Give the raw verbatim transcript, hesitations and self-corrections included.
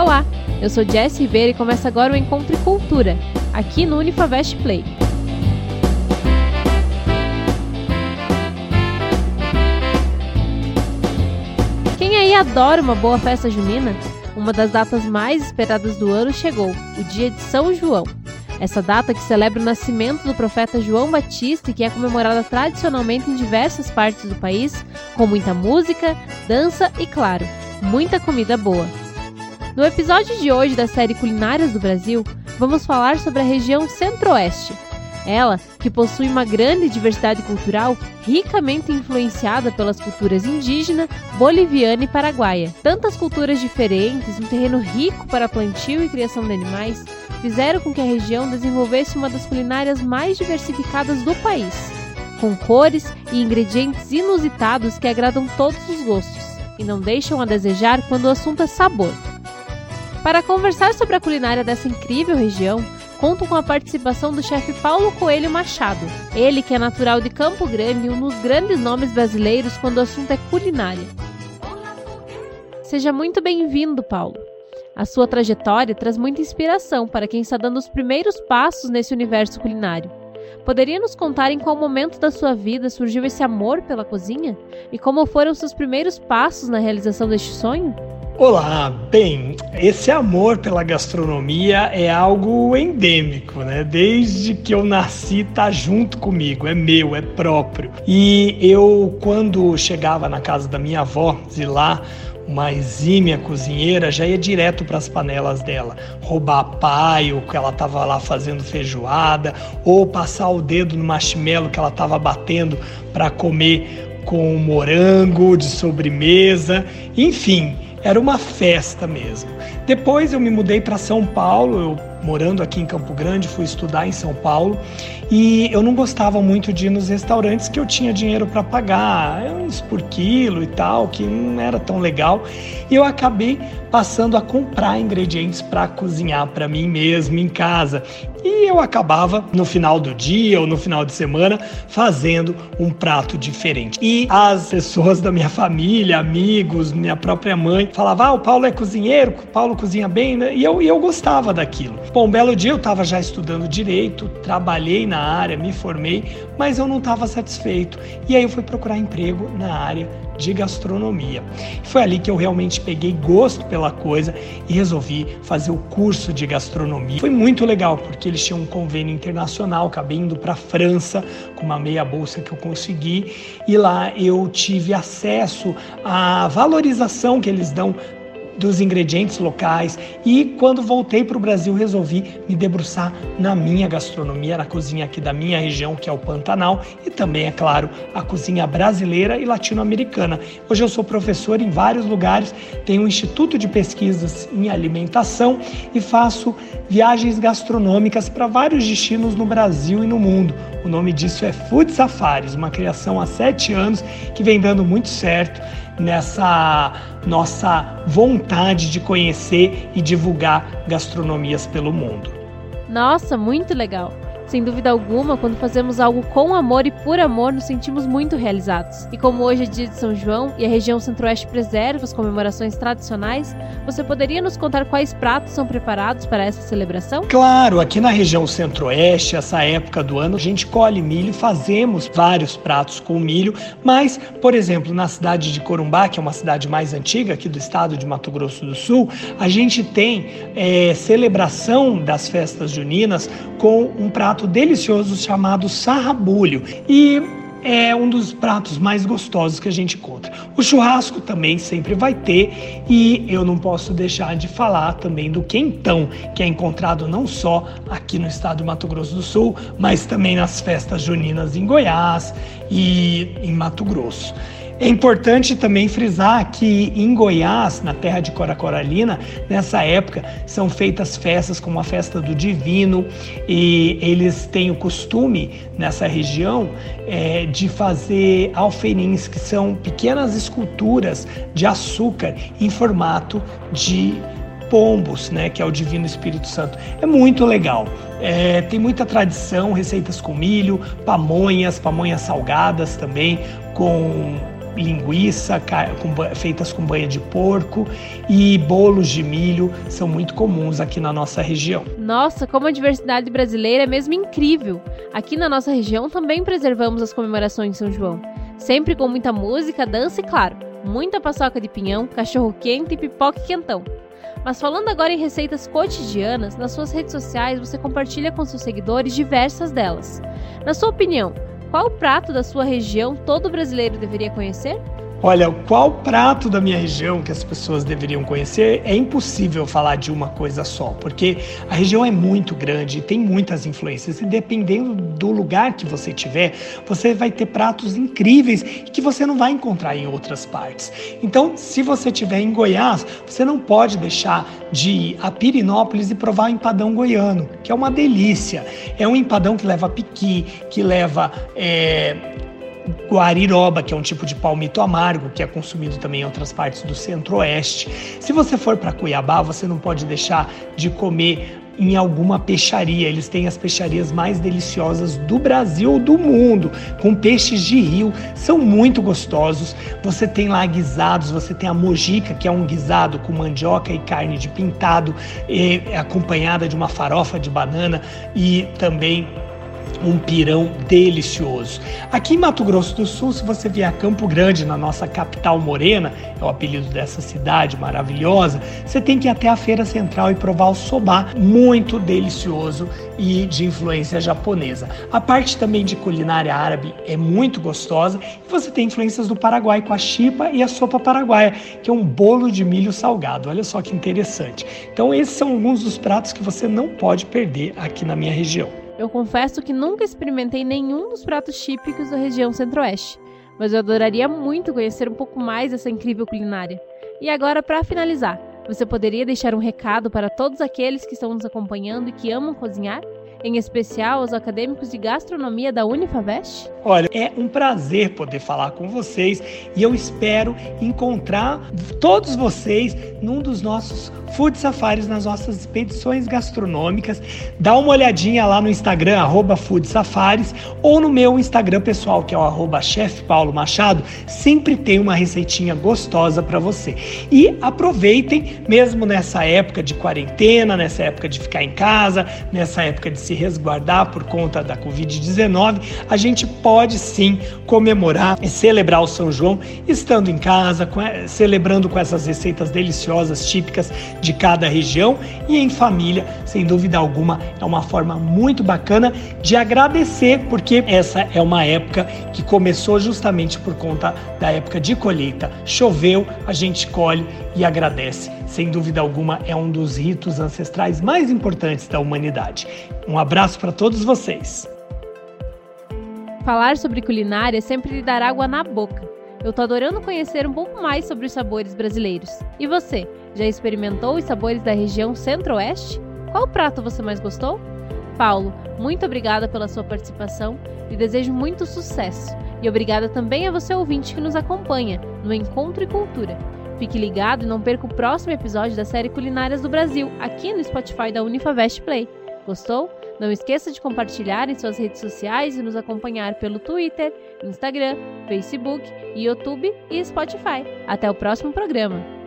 Olá, eu sou Jess Ribeiro e começa agora o Encontro e Cultura, aqui no Unifavest Play. Quem aí adora uma boa festa junina? Uma das datas mais esperadas do ano chegou, o dia de São João. Essa data que celebra o nascimento do profeta João Batista e que é comemorada tradicionalmente em diversas partes do país, com muita música, dança e, claro, muita comida boa. No episódio de hoje da série Culinárias do Brasil, vamos falar sobre a região Centro-Oeste. Ela, que possui uma grande diversidade cultural, ricamente influenciada pelas culturas indígena, boliviana e paraguaia. Tantas culturas diferentes, um terreno rico para plantio e criação de animais, fizeram com que a região desenvolvesse uma das culinárias mais diversificadas do país, com cores e ingredientes inusitados que agradam todos os gostos e não deixam a desejar quando o assunto é sabor. Para conversar sobre a culinária dessa incrível região, conto com a participação do chefe Paulo Coelho Machado. Ele que é natural de Campo Grande e um dos grandes nomes brasileiros quando o assunto é culinária. Seja muito bem-vindo, Paulo. A sua trajetória traz muita inspiração para quem está dando os primeiros passos nesse universo culinário. Poderia nos contar em qual momento da sua vida surgiu esse amor pela cozinha? E como foram seus primeiros passos na realização deste sonho? Olá, bem, esse amor pela gastronomia é algo endêmico, né? Desde que eu nasci tá junto comigo, é meu, é próprio. E eu, quando chegava na casa da minha avó, de lá, uma exímia cozinheira, já ia direto para as panelas dela, roubar paio, que ela estava lá fazendo feijoada, ou passar o dedo no marshmallow que ela estava batendo para comer com morango de sobremesa, enfim. Era uma festa mesmo. Depois eu me mudei para São Paulo, eu morando aqui em Campo Grande, fui estudar em São Paulo e eu não gostava muito de ir nos restaurantes que eu tinha dinheiro para pagar, uns por quilo e tal, que não era tão legal. E eu acabei passando a comprar ingredientes para cozinhar para mim mesmo em casa. E eu acabava no final do dia ou no final de semana fazendo um prato diferente. E as pessoas da minha família, amigos, minha própria mãe, falavam, ah, o Paulo é cozinheiro, o Paulo cozinha bem, né? E eu, e eu gostava daquilo. Bom, um belo dia eu estava já estudando direito, trabalhei na área, me formei, mas eu não estava satisfeito. E aí eu fui procurar emprego na área de gastronomia. Foi ali que eu realmente peguei gosto pela coisa e resolvi fazer o curso de gastronomia. Foi muito legal, porque eles tinham um convênio internacional, acabei indo para a França com uma meia bolsa que eu consegui e lá eu tive acesso à valorização que eles dão dos ingredientes locais e quando voltei para o Brasil resolvi me debruçar na minha gastronomia, na cozinha aqui da minha região, que é o Pantanal, e também, é claro, a cozinha brasileira e latino-americana. Hoje eu sou professor em vários lugares, tenho um instituto de pesquisas em alimentação e faço viagens gastronômicas para vários destinos no Brasil e no mundo. O nome disso é Food Safaris, uma criação há sete anos que vem dando muito certo nessa nossa vontade de conhecer e divulgar gastronomias pelo mundo. Nossa, muito legal! Sem dúvida alguma, quando fazemos algo com amor e por amor, nos sentimos muito realizados. E como hoje é dia de São João e a região Centro-Oeste preserva as comemorações tradicionais, você poderia nos contar quais pratos são preparados para essa celebração? Claro, aqui na região Centro-Oeste, essa época do ano, a gente colhe milho e fazemos vários pratos com milho, mas, por exemplo, na cidade de Corumbá, que é uma cidade mais antiga aqui do estado de Mato Grosso do Sul, a gente tem é, celebração das festas juninas com um prato delicioso chamado sarrabulho e é um dos pratos mais gostosos que a gente encontra. O churrasco também sempre vai ter e eu não posso deixar de falar também do quentão, que é encontrado não só aqui no estado de Mato Grosso do Sul, mas também nas festas juninas em Goiás e em Mato Grosso. É importante também frisar que em Goiás, na terra de Cora Coralina, nessa época são feitas festas como a Festa do Divino e eles têm o costume nessa região é, de fazer alfeinins, que são pequenas esculturas de açúcar em formato de pombos, né, que é o Divino Espírito Santo. É muito legal. É, tem muita tradição, receitas com milho, pamonhas, pamonhas salgadas também, com linguiça com, feitas com banha de porco e bolos de milho são muito comuns aqui na nossa região. Nossa, como a diversidade brasileira é mesmo incrível! Aqui na nossa região também preservamos as comemorações de São João, sempre com muita música, dança e, claro, muita paçoca de pinhão, cachorro-quente e pipoca e quentão. Mas falando agora em receitas cotidianas, nas suas redes sociais você compartilha com seus seguidores diversas delas. Na sua opinião, qual prato da sua região todo brasileiro deveria conhecer? Olha, qual prato da minha região que as pessoas deveriam conhecer? É impossível falar de uma coisa só, porque a região é muito grande e tem muitas influências. E dependendo do lugar que você tiver, você vai ter pratos incríveis que você não vai encontrar em outras partes. Então, se você estiver em Goiás, você não pode deixar de ir a Pirenópolis e provar o empadão goiano, que é uma delícia. É um empadão que leva piqui, que leva... É... guariroba, que é um tipo de palmito amargo, que é consumido também em outras partes do centro-oeste. Se você for para Cuiabá, você não pode deixar de comer em alguma peixaria. Eles têm as peixarias mais deliciosas do Brasil ou do mundo, com peixes de rio, são muito gostosos. Você tem lá guisados, você tem a mojica, que é um guisado com mandioca e carne de pintado, e, acompanhada de uma farofa de banana e também um pirão delicioso. Aqui em Mato Grosso do Sul, se você vier a Campo Grande, na nossa capital morena, é o apelido dessa cidade maravilhosa, você tem que ir até a Feira Central e provar o sobá, muito delicioso e de influência japonesa. A parte também de culinária árabe é muito gostosa e você tem influências do Paraguai com a chipa e a sopa paraguaia, que é um bolo de milho salgado. Olha só que interessante. Então esses são alguns dos pratos que você não pode perder aqui na minha região. Eu confesso que nunca experimentei nenhum dos pratos típicos da região centro-oeste, mas eu adoraria muito conhecer um pouco mais dessa incrível culinária. E agora, para finalizar, você poderia deixar um recado para todos aqueles que estão nos acompanhando e que amam cozinhar? Em especial aos acadêmicos de gastronomia da Unifavest? Olha, é um prazer poder falar com vocês e eu espero encontrar todos vocês num dos nossos Food Safaris, nas nossas expedições gastronômicas. Dá uma olhadinha lá no Instagram, arroba Food Safaris, ou no meu Instagram pessoal, que é o arroba Chef Paulo Machado. Sempre tem uma receitinha gostosa para você. E aproveitem, mesmo nessa época de quarentena, nessa época de ficar em casa, nessa época de se resguardar por conta da covid dezenove, a gente pode sim comemorar e celebrar o São João estando em casa, celebrando com essas receitas deliciosas, típicas de cada região e em família. Sem dúvida alguma, é uma forma muito bacana de agradecer, porque essa é uma época que começou justamente por conta da época de colheita. Choveu, a gente colhe e agradece. Sem dúvida alguma, é um dos ritos ancestrais mais importantes da humanidade. Um abraço para todos vocês. Falar sobre culinária sempre lhe dar água na boca. Eu tô adorando conhecer um pouco mais sobre os sabores brasileiros. E você, já experimentou os sabores da região centro-oeste? Qual prato você mais gostou? Paulo, muito obrigada pela sua participação e desejo muito sucesso. E obrigada também a você ouvinte que nos acompanha no Encontro e Cultura. Fique ligado e não perca o próximo episódio da série Culinárias do Brasil, aqui no Spotify da Unifavest Play. Gostou? Não esqueça de compartilhar em suas redes sociais e nos acompanhar pelo Twitter, Instagram, Facebook, YouTube e Spotify. Até o próximo programa!